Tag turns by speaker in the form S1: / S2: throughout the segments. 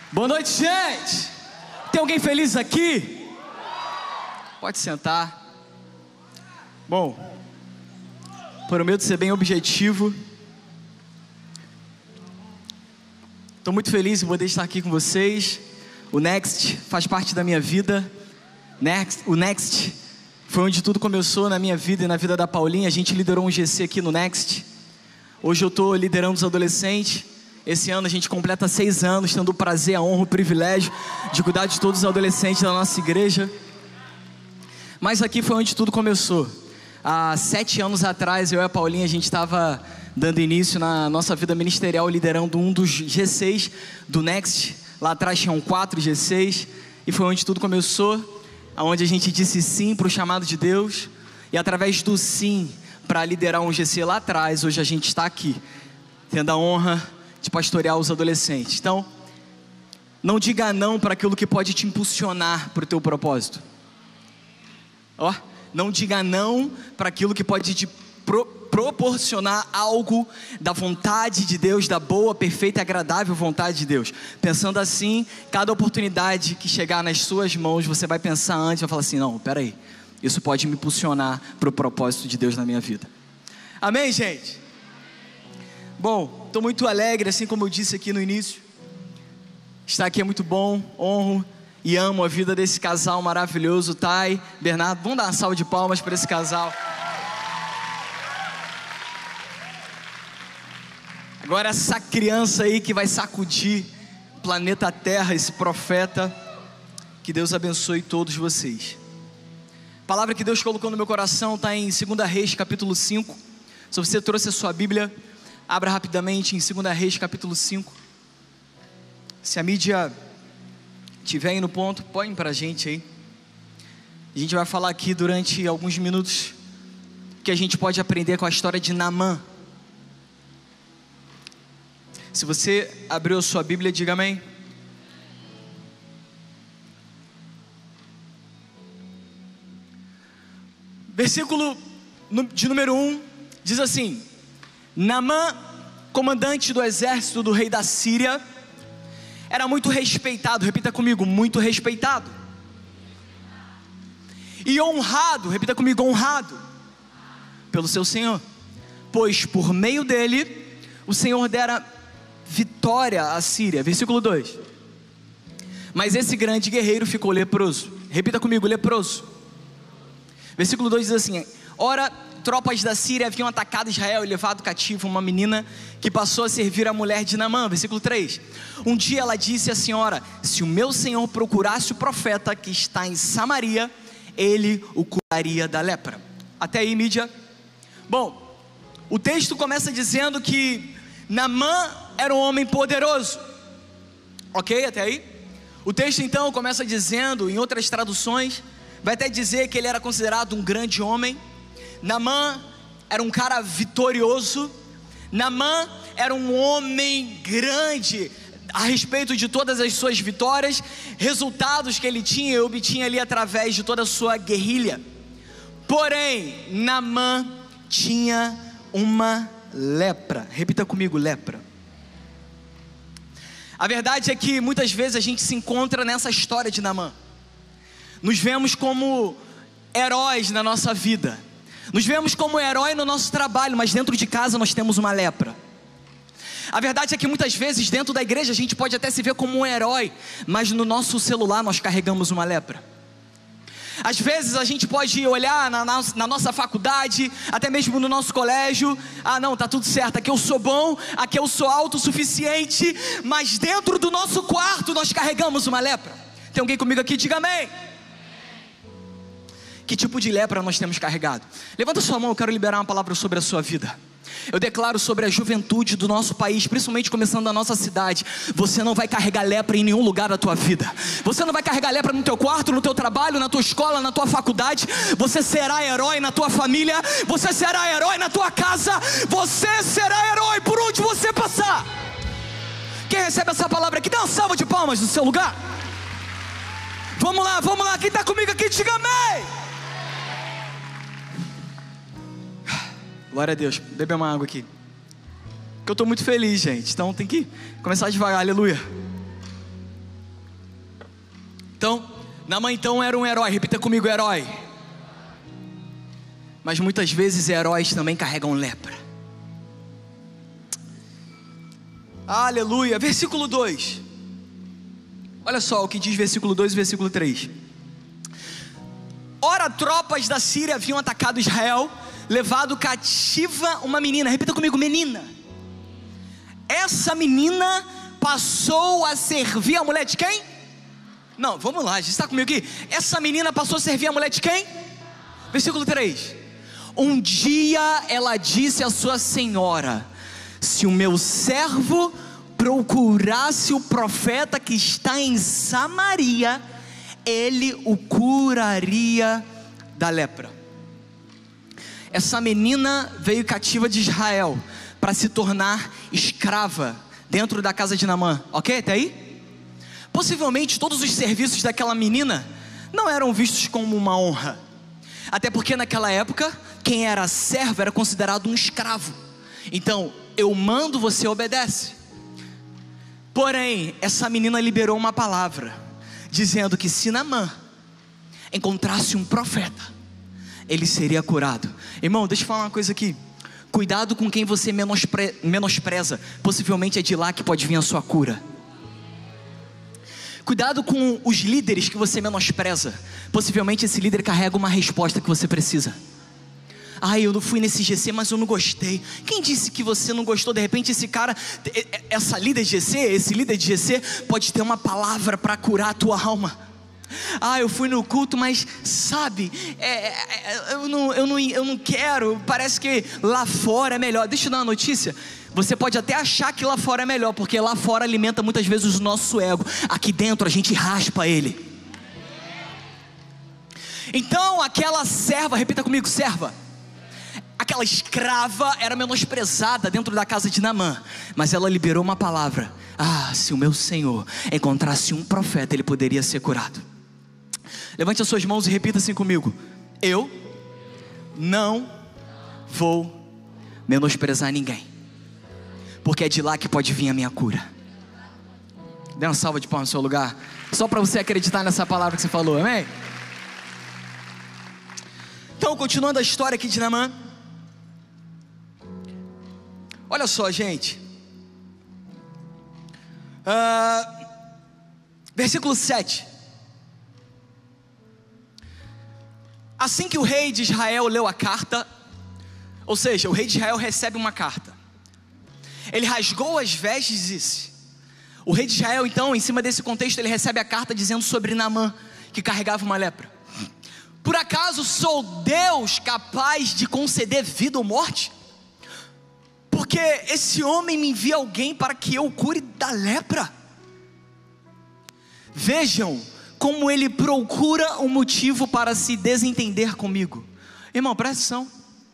S1: Boa noite, gente! Tem alguém feliz aqui? Pode sentar. Bom, prometo ser bem objetivo. Estou muito feliz em poder estar aqui com vocês. O Next faz parte da minha vida. O Next foi onde tudo começou na minha vida e na vida da Paulinha. A gente liderou um GC aqui no Next. Hoje eu estou liderando os adolescentes. Esse ano a gente completa 6 anos, tendo o prazer, a honra, o privilégio de cuidar de todos os adolescentes da nossa igreja. Mas aqui foi onde tudo começou. Há 7 anos atrás, eu e a Paulinha, a gente estava dando início na nossa vida ministerial, liderando um dos G6 do Next. Lá atrás tinham 4 G6, e foi onde tudo começou, onde a gente disse sim para o chamado de Deus, e através do sim para liderar um GC lá atrás, hoje a gente está aqui, tendo a honra de pastorear os adolescentes. Então, não diga não para aquilo que pode te impulsionar para o teu propósito. Não diga não para aquilo que pode te proporcionar algo da vontade de Deus, da boa, perfeita e agradável vontade de Deus. Pensando assim, cada oportunidade que chegar nas suas mãos, você vai pensar antes, vai falar assim, não, peraí, isso pode me impulsionar para o propósito de Deus na minha vida. Amém, gente? Bom, estou muito alegre, assim como eu disse aqui no início. Estar aqui é muito bom, honro e amo a vida desse casal maravilhoso, Thay, Bernardo. Vamos dar uma salva de palmas para esse casal. Agora essa criança aí que vai sacudir o planeta Terra, esse profeta, que Deus abençoe todos vocês. A palavra que Deus colocou no meu coração está em 2 Reis, capítulo 5. Se você trouxe a sua Bíblia, abra rapidamente em 2 Reis, capítulo 5. Se a mídia estiver aí no ponto, põe para a gente aí. A gente vai falar aqui durante alguns minutos que a gente pode aprender com a história de Naamã. Se você abriu a sua Bíblia, diga amém. Versículo de número 1 diz assim: Naamã, comandante do exército do rei da Síria, era muito respeitado, repita comigo, muito respeitado, e honrado, repita comigo, honrado pelo seu Senhor, pois por meio dele o Senhor dera vitória à Síria. Versículo 2: mas esse grande guerreiro ficou leproso, repita comigo, leproso. Versículo 2 diz assim: ora, tropas da Síria haviam atacado Israel e levado cativo uma menina que passou a servir a mulher de Naamã. Versículo 3: um dia ela disse à senhora: se o meu senhor procurasse o profeta que está em Samaria, ele o curaria da lepra. Até aí, mídia? Bom, o texto começa dizendo que Naamã era um homem poderoso. Ok, até aí? O texto então começa dizendo, em outras traduções, vai até dizer que ele era considerado um grande homem. Naamã era um cara vitorioso. Naamã era um homem grande a respeito de todas as suas vitórias, resultados que ele tinha e obtinha ali através de toda a sua guerrilha. Porém, Naamã tinha uma lepra. Repita comigo, lepra. A verdade é que muitas vezes a gente se encontra nessa história de Naamã. Nos vemos como heróis na nossa vida, nos vemos como herói no nosso trabalho, mas dentro de casa nós temos uma lepra. A verdade é que muitas vezes dentro da igreja a gente pode até se ver como um herói, mas no nosso celular nós carregamos uma lepra. Às vezes a gente pode olhar na nossa faculdade, até mesmo no nosso colégio: ah não, tá tudo certo, aqui eu sou bom, aqui eu sou autossuficiente, mas dentro do nosso quarto nós carregamos uma lepra. Tem alguém comigo aqui? Diga amém. Que tipo de lepra nós temos carregado? Levanta sua mão, eu quero liberar uma palavra sobre a sua vida. Eu declaro sobre a juventude do nosso país, principalmente começando da nossa cidade: você não vai carregar lepra em nenhum lugar da tua vida. Você não vai carregar lepra no teu quarto, no teu trabalho, na tua escola, na tua faculdade. Você será herói na tua família, você será herói na tua casa, você será herói por onde você passar. Quem recebe essa palavra aqui, dá uma salva de palmas no seu lugar. Vamos lá, quem está comigo aqui, diga amém. Glória a Deus, bebe uma água aqui, porque eu estou muito feliz, gente, então tem que começar devagar, aleluia. Naamã então era um herói, repita comigo, herói. Mas muitas vezes heróis também carregam lepra. Aleluia, versículo 2. Olha só o que diz versículo 2 e versículo 3. Ora, tropas da Síria haviam atacado Israel, levado cativa uma menina. Repita comigo, menina. Essa menina passou a servir a mulher de quem? Não, vamos lá, já está comigo aqui. Essa menina passou a servir a mulher de quem? Versículo 3. Um dia ela disse à sua senhora: se o meu servo procurasse o profeta que está em Samaria, ele o curaria da lepra. Essa menina veio cativa de Israel para se tornar escrava dentro da casa de Naamã, ok? Até aí? Possivelmente todos os serviços daquela menina não eram vistos como uma honra, até porque naquela época quem era servo era considerado um escravo. Então, eu mando, você obedece. Porém, essa menina liberou uma palavra, dizendo que se Naamã encontrasse um profeta, ele seria curado. Irmão, deixa eu falar uma coisa aqui. Cuidado com quem você menospreza, possivelmente é de lá que pode vir a sua cura. Cuidado com os líderes que você menospreza, possivelmente esse líder carrega uma resposta que você precisa. Eu não fui nesse GC, mas eu não gostei. Quem disse que você não gostou? De repente esse cara, esse líder de GC pode ter uma palavra para curar a tua alma. Eu fui no culto, mas sabe, eu não quero. Parece que lá fora é melhor. Deixa eu dar uma notícia. Você pode até achar que lá fora é melhor, porque lá fora alimenta muitas vezes o nosso ego. Aqui dentro a gente raspa ele. Então aquela serva, repita comigo, serva, aquela escrava era menosprezada dentro da casa de Naamã, mas ela liberou uma palavra: se o meu Senhor encontrasse um profeta, ele poderia ser curado. Levante as suas mãos e repita assim comigo: eu não vou menosprezar ninguém, porque é de lá que pode vir a minha cura. Dê uma salva de palmas no seu lugar, só para você acreditar nessa palavra que você falou, amém? Então, continuando a história aqui de Naamã. Olha só, gente. Versículo 7. Assim que o rei de Israel leu a carta, ou seja, o rei de Israel recebe uma carta, ele rasgou as vestes e disse. O rei de Israel então, em cima desse contexto, ele recebe a carta dizendo sobre Naamã, que carregava uma lepra. Por acaso sou Deus capaz de conceder vida ou morte? Porque esse homem me envia alguém para que eu o cure da lepra. Vejam como ele procura um motivo para se desentender comigo. Irmão, presta atenção.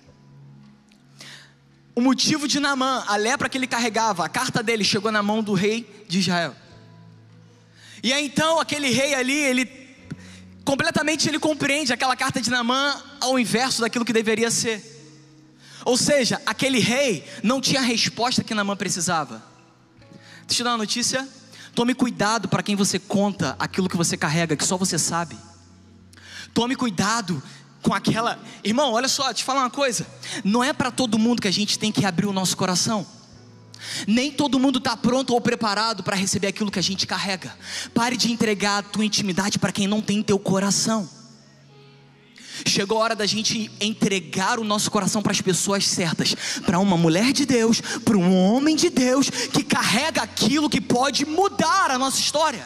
S1: O motivo de Naamã, a lepra que ele carregava, a carta dele chegou na mão do rei de Israel. E aí então aquele rei ali, ele compreende aquela carta de Naamã ao inverso daquilo que deveria ser. Ou seja, aquele rei não tinha a resposta que Naamã precisava. Deixa eu dar uma notícia. Tome cuidado para quem você conta aquilo que você carrega, que só você sabe. Tome cuidado com aquela... Irmão, olha só, te falar uma coisa. Não é para todo mundo que a gente tem que abrir o nosso coração. Nem todo mundo está pronto ou preparado para receber aquilo que a gente carrega. Pare de entregar a tua intimidade para quem não tem teu coração. Chegou a hora da gente entregar o nosso coração para as pessoas certas, para uma mulher de Deus, para um homem de Deus que carrega aquilo que pode mudar a nossa história.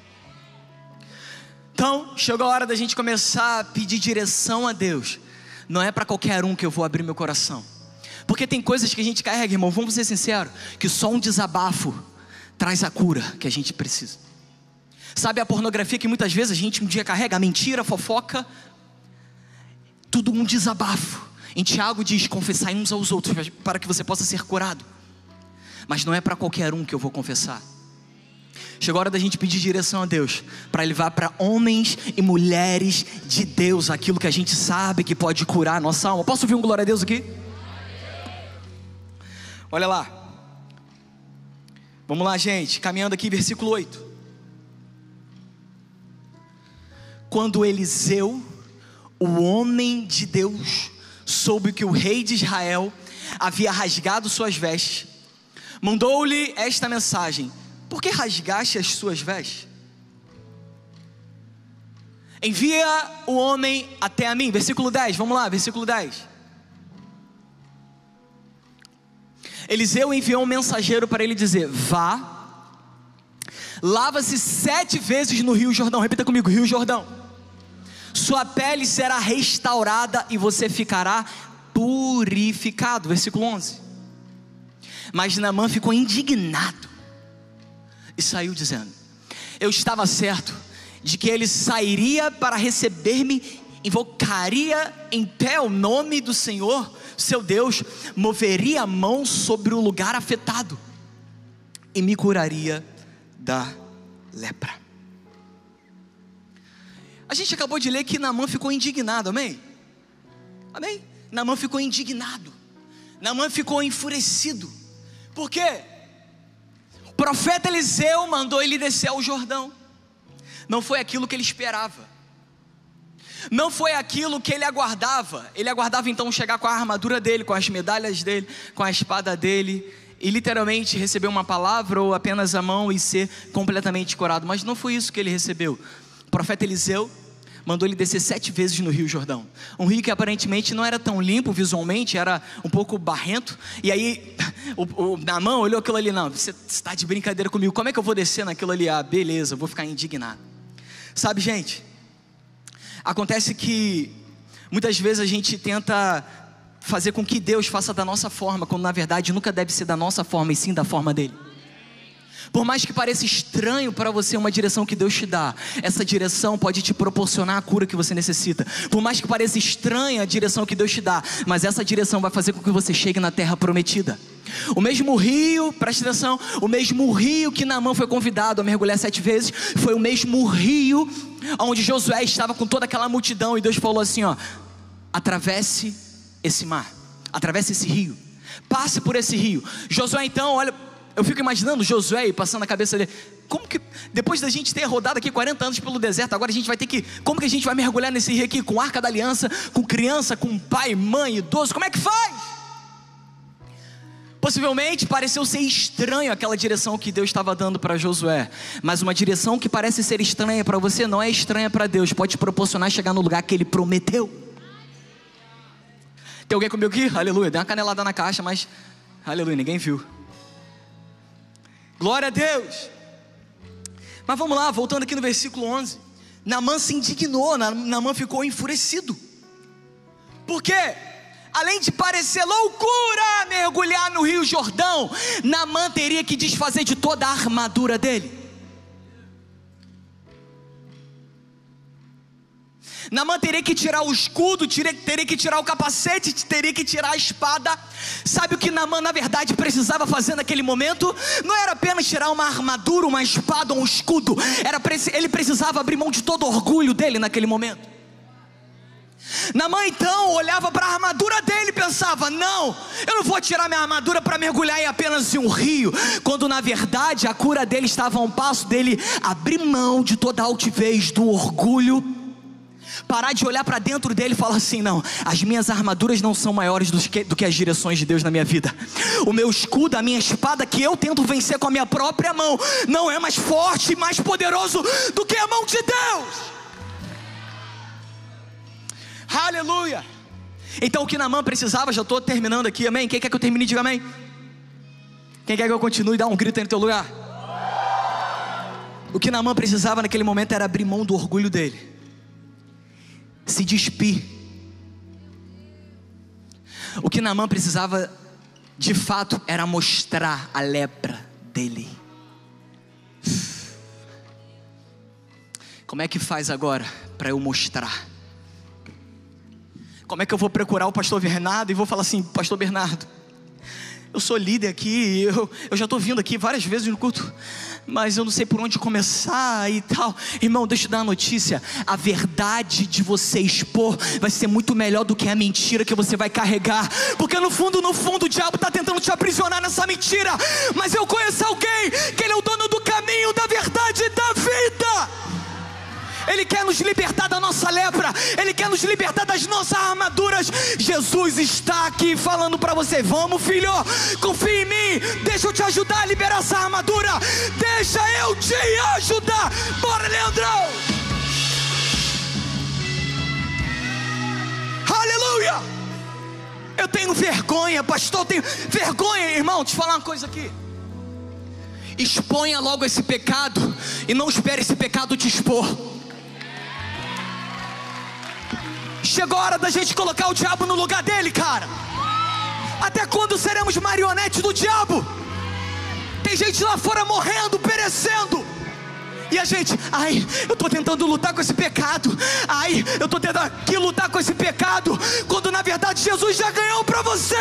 S1: Então, chegou a hora da gente começar a pedir direção a Deus. Não é para qualquer um que eu vou abrir meu coração, porque tem coisas que a gente carrega, irmão, vamos ser sinceros, que só um desabafo traz a cura que a gente precisa. Sabe a pornografia que muitas vezes a gente um dia carrega? A mentira, a fofoca, tudo um desabafo. Em Tiago diz: confessai uns aos outros para que você possa ser curado. Mas não é para qualquer um que eu vou confessar. Chegou a hora da gente pedir direção a Deus, para levar para homens e mulheres de Deus aquilo que a gente sabe que pode curar a nossa alma. Posso ouvir um glória a Deus aqui? Olha lá. Vamos lá, gente, caminhando aqui, versículo 8. quando Eliseu, o homem de Deus, soube que o rei de Israel havia rasgado suas vestes, mandou-lhe esta mensagem: por que rasgaste as suas vestes? Envia o homem até a mim. Versículo 10, vamos lá, versículo 10. Eliseu enviou um mensageiro para ele dizer: vá, lava-se 7 vezes no rio Jordão. Repita comigo: rio Jordão. Sua pele será restaurada e você ficará purificado. Versículo 11. Mas Naamã ficou indignado e saiu dizendo: eu estava certo de que ele sairia para receber-me, invocaria em pé o nome do Senhor, seu Deus, moveria a mão sobre o lugar afetado e me curaria da lepra. A gente acabou de ler que Naamã ficou indignado, amém? Amém? Naamã ficou indignado, Naamã ficou enfurecido. Por quê? O profeta Eliseu mandou ele descer ao Jordão. Não foi aquilo que ele esperava, não foi aquilo que ele aguardava. Ele aguardava então chegar com a armadura dele, com as medalhas dele, com a espada dele, e literalmente receber uma palavra ou apenas a mão e ser completamente curado. Mas não foi isso que ele recebeu. O profeta Eliseu mandou ele descer 7 vezes no rio Jordão, um rio que aparentemente não era tão limpo visualmente, era um pouco barrento. E aí o Naamã olhou aquilo ali: não, você está de brincadeira comigo, como é que eu vou descer naquilo ali? Ah, beleza, eu vou ficar indignado. Sabe, gente, acontece que muitas vezes a gente tenta fazer com que Deus faça da nossa forma, quando na verdade nunca deve ser da nossa forma, e sim da forma dele. Por mais que pareça estranho para você uma direção que Deus te dá, essa direção pode te proporcionar a cura que você necessita. Por mais que pareça estranha a direção que Deus te dá, mas essa direção vai fazer com que você chegue na terra prometida. O mesmo rio, presta atenção, o mesmo rio que Naamã foi convidado a mergulhar 7 vezes, foi o mesmo rio onde Josué estava com toda aquela multidão, e Deus falou assim: ó, atravesse esse mar, atravesse esse rio, passe por esse rio. Josué então, olha, eu fico imaginando Josué passando na cabeça dele: como que, depois da gente ter rodado aqui 40 anos pelo deserto, agora a gente vai ter que, como que a gente vai mergulhar nesse rio aqui, com arca da aliança, com criança, com pai, mãe, idoso, como é que faz? Possivelmente pareceu ser estranho aquela direção que Deus estava dando para Josué, mas uma direção que parece ser estranha para você não é estranha para Deus, pode te proporcionar chegar no lugar que Ele prometeu. Tem alguém comigo aqui? Aleluia, deu uma canelada na caixa, mas aleluia, ninguém viu. Glória a Deus. Mas vamos lá, voltando aqui no versículo 11. Naamã se indignou, Naamã ficou enfurecido. Por quê? Além de parecer loucura mergulhar no rio Jordão, Naamã teria que desfazer de toda a armadura dele. Naamã teria que tirar o escudo, teria que tirar o capacete, teria que tirar a espada. Sabe o que Naamã na verdade precisava fazer naquele momento? Não era apenas tirar uma armadura, uma espada ou um escudo. Ele precisava abrir mão de todo o orgulho dele naquele momento. Naamã então olhava para a armadura dele e pensava: não, eu não vou tirar minha armadura para mergulhar em apenas um rio, quando na verdade a cura dele estava a um passo dele abrir mão de toda a altivez, do orgulho, parar de olhar para dentro dele e falar assim: não, as minhas armaduras não são maiores do que as direções de Deus na minha vida. O meu escudo, a minha espada que eu tento vencer com a minha própria mão, não é mais forte e mais poderoso do que a mão de Deus. Aleluia. Então o que Naamã precisava, já estou terminando aqui, amém? Quem quer que eu termine, diga amém. Quem quer que eu continue, dá um grito aí no teu lugar. O que Naamã precisava naquele momento era abrir mão do orgulho dele, se despir. O que Naamã precisava de fato era mostrar a lepra dele. Como é que faz agora para eu mostrar? Como é que eu vou procurar o pastor Bernardo e vou falar assim: pastor Bernardo, eu sou líder aqui, eu já estou vindo aqui várias vezes no culto, mas eu não sei por onde começar e tal. Irmão, deixa eu dar uma notícia: a verdade de você expor vai ser muito melhor do que a mentira que você vai carregar, porque no fundo o diabo está tentando te aprisionar nessa mentira, mas eu conheço alguém que ele é o dono do caminho, da verdade e da vida. Ele quer nos libertar da nossa lepra, Ele quer nos libertar das nossas armaduras. Jesus está aqui falando para você: vamos, filho, confia em mim, deixa eu te ajudar a liberar essa armadura, deixa eu te ajudar. Bora, Leandrão! Aleluia! Eu tenho vergonha, pastor, eu tenho vergonha. Irmão, te falar uma coisa aqui: exponha logo esse pecado e não espere esse pecado te expor. Chegou a hora da gente colocar o diabo no lugar dele, cara. Até quando seremos marionetes do diabo? Tem gente lá fora morrendo, perecendo, e a gente, ai, eu estou tentando lutar com esse pecado, ai, eu estou tentando aqui lutar com esse pecado, quando na verdade Jesus já ganhou para você.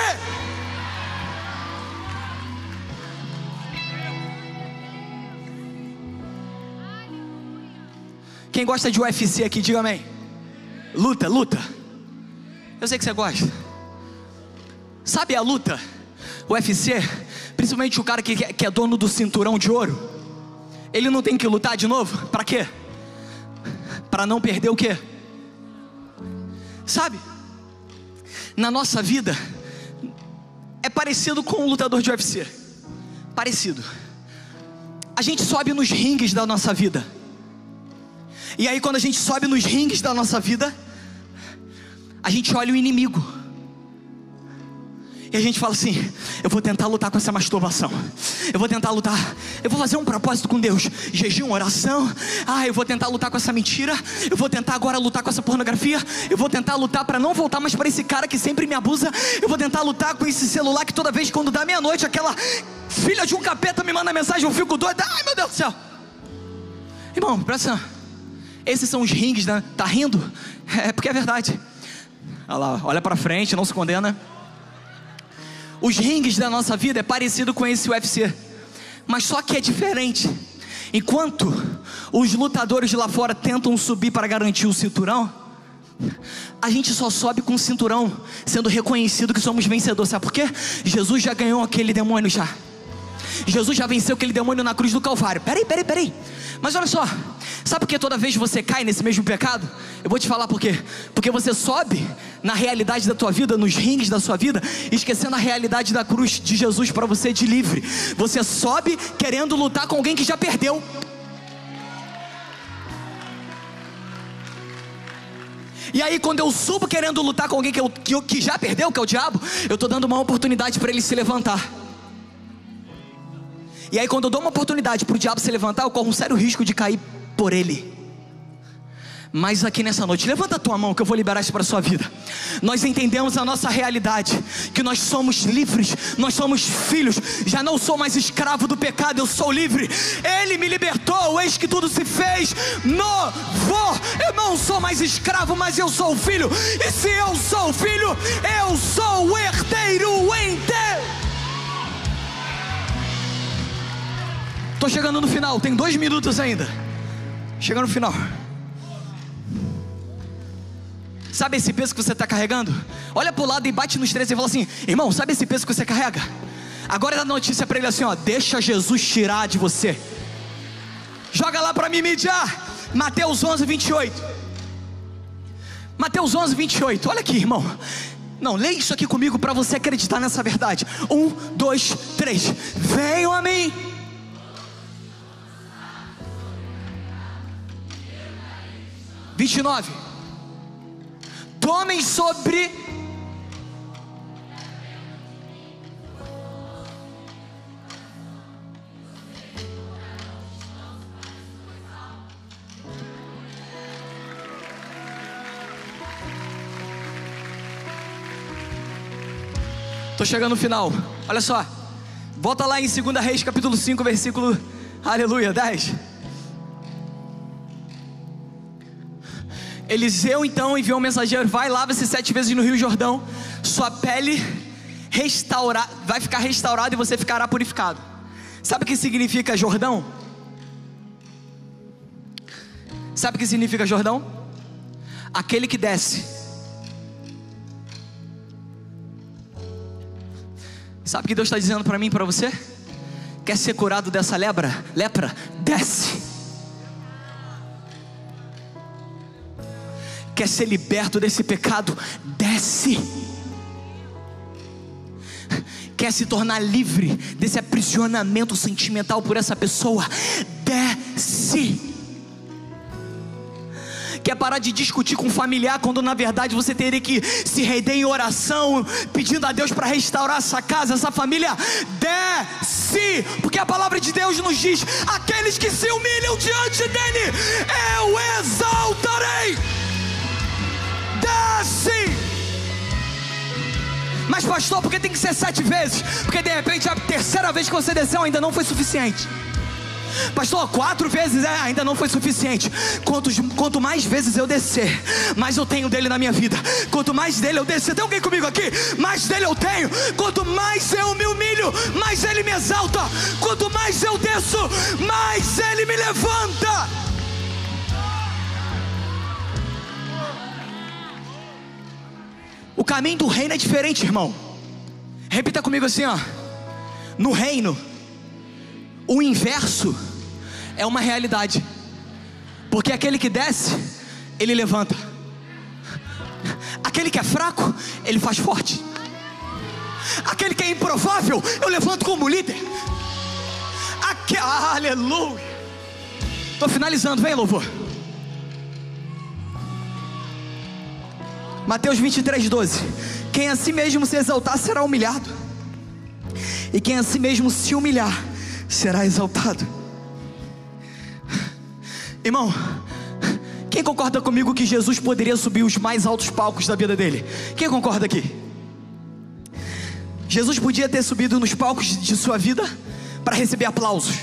S1: Quem gosta de UFC aqui, diga amém. Luta, luta. Eu sei que você gosta. Sabe a luta? O UFC, principalmente o cara que é dono do cinturão de ouro, ele não tem que lutar de novo? Para quê? Para não perder o quê? Sabe? Na nossa vida é parecido com um lutador de UFC. Parecido. A gente sobe nos ringues da nossa vida. E aí quando a gente sobe nos ringues da nossa vida, a gente olha o inimigo e a gente fala assim: eu vou tentar lutar com essa masturbação, eu vou tentar lutar, eu vou fazer um propósito com Deus, jejum, oração, eu vou tentar lutar com essa mentira, eu vou tentar agora lutar com essa pornografia, eu vou tentar lutar para não voltar mais para esse cara que sempre me abusa, eu vou tentar lutar com esse celular que toda vez quando dá meia-noite aquela filha de um capeta me manda mensagem, eu fico doido, ai meu Deus do céu. Irmão, presta atenção. Esses são os ringues, né? Tá rindo? É porque é verdade. Olha lá, olha para frente, não se condena. Os ringues da nossa vida é parecido com esse UFC, mas só que é diferente. Enquanto os lutadores de lá fora tentam subir para garantir o cinturão, a gente só sobe com o cinturão, sendo reconhecido que somos vencedores. Sabe por quê? Jesus já ganhou aquele demônio já. Jesus já venceu aquele demônio na cruz do Calvário. Peraí. Mas olha só, sabe por que toda vez você cai nesse mesmo pecado? Eu vou te falar por quê. Porque você sobe na realidade da tua vida, nos ringues da sua vida, esquecendo a realidade da cruz de Jesus para você de livre. Você sobe querendo lutar com alguém que já perdeu. E aí quando eu subo querendo lutar com alguém que já perdeu, que é o diabo, eu estou dando uma oportunidade para ele se levantar. E aí quando eu dou uma oportunidade para o diabo se levantar, eu corro um sério risco de cair por ele. Mas aqui nessa noite, levanta a tua mão que eu vou liberar isso para a sua vida. Nós entendemos a nossa realidade, que nós somos livres, nós somos filhos. Já não sou mais escravo do pecado, eu sou livre. Ele me libertou, eis que tudo se fez novo. Eu não sou mais escravo, mas eu sou filho. E se eu sou filho, eu sou o herdeiro em Deus. Estou chegando no final, tem 2 minutos ainda. Chegando no final. Sabe esse peso que você está carregando? Olha para o lado e bate nos 3 e fala assim: irmão, sabe esse peso que você carrega? Agora dá notícia para ele assim, ó: deixa Jesus tirar de você. Joga lá para mim, mídia. Mateus 11, 28. Mateus 11, 28. Olha aqui, irmão. Não, leia isso aqui comigo para você acreditar nessa verdade. 1, 2, 3. Venham a mim. (29) Tomem sobre Estou chegando no final. Olha só, volta lá em 2 Reis capítulo 5 versículo, aleluia, 10. Eliseu então enviou um mensageiro: vai, lava-se 7 vezes no Rio Jordão, sua pele vai ficar restaurada e você ficará purificado. Sabe o que significa Jordão? Sabe o que significa Jordão? Aquele que desce. Sabe o que Deus está dizendo para mim e para você? Quer ser curado dessa lepra? Desce. quer ser liberto desse pecado, desce. Quer se tornar livre desse aprisionamento sentimental por essa pessoa, desce. Quer parar de discutir com um familiar, quando na verdade você teria que se render em oração, pedindo a Deus para restaurar essa casa, essa família, desce. Porque a palavra de Deus nos diz: aqueles que se humilham diante dele, eu exaltarei. Desce. Mas pastor, por que tem que ser 7 vezes? Porque de repente a terceira vez que você desceu ainda não foi suficiente. Pastor, 4 vezes ainda não foi suficiente. Quanto mais vezes eu descer, mais eu tenho dele na minha vida. Quanto mais dele eu descer, tem alguém comigo aqui? Mais dele eu tenho. Quanto mais eu me humilho, mais ele me exalta. Quanto mais eu desço, mais ele me levanta. O caminho do reino é diferente, irmão. Repita comigo assim, ó. No reino, o inverso é uma realidade. Porque aquele que desce, ele levanta. Aquele que é fraco, ele faz forte. Aquele que é improvável, eu levanto como líder. Aleluia. Estou finalizando, vem louvor. Mateus 23:12. Quem a si mesmo se exaltar será humilhado, e quem a si mesmo se humilhar será exaltado. Irmão, quem concorda comigo que Jesus poderia subir os mais altos palcos da vida dele? Quem concorda aqui? Jesus podia ter subido nos palcos de sua vida para receber aplausos.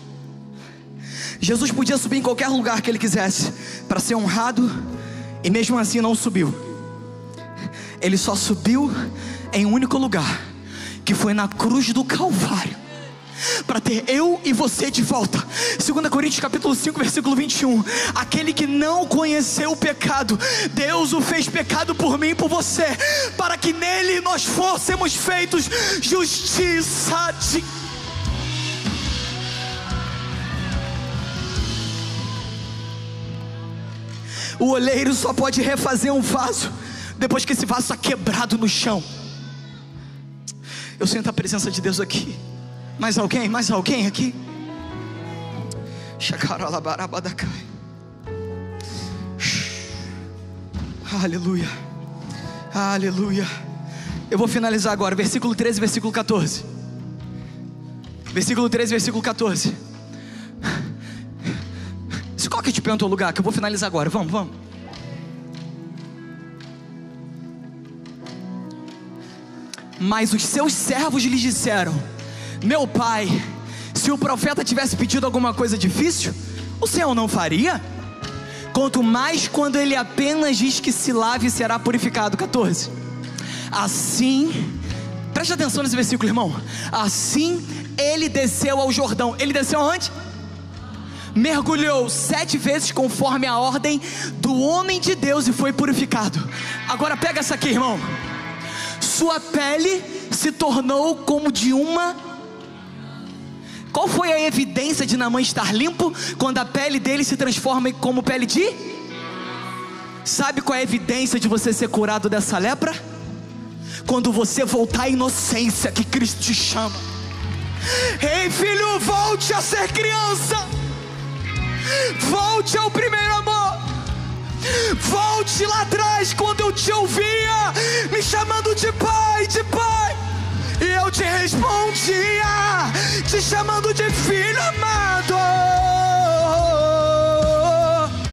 S1: Jesus podia subir em qualquer lugar que ele quisesse para ser honrado, e mesmo assim não subiu. Ele só subiu em um único lugar, que foi na cruz do Calvário, para ter eu e você de volta. 2 Coríntios capítulo 5 versículo 21. Aquele que não conheceu o pecado, Deus o fez pecado por mim e por você, para que nele nós fôssemos feitos justiça de... O oleiro só pode refazer um vaso depois que esse vaso está quebrado no chão. Eu sinto a presença de Deus aqui. Mais alguém? Mais alguém aqui? Aleluia. Aleluia. Eu vou finalizar agora. Versículo 13, versículo 14. Versículo 13, versículo 14. Se coloca de pé no teu lugar, que eu vou finalizar agora. Vamos. Mas os seus servos lhes disseram: meu pai, se o profeta tivesse pedido alguma coisa difícil, o Senhor não faria? Quanto mais quando ele apenas diz que se lave e será purificado. 14. Assim, preste atenção nesse versículo, irmão. Assim ele desceu ao Jordão. Ele desceu aonde? Mergulhou 7 vezes conforme a ordem do homem de Deus e foi purificado. Agora pega essa aqui, irmão. Sua pele se tornou como de uma... Qual foi a evidência de Naamã estar limpo? Quando a pele dele se transforma como pele de... Sabe qual é a evidência de você ser curado dessa lepra? Quando você voltar à inocência que Cristo te chama. Ei, filho, volte a ser criança. Volte ao primeiro amor. Volte lá atrás, quando eu te ouvia me chamando de pai, e eu te respondia te chamando de filho amado.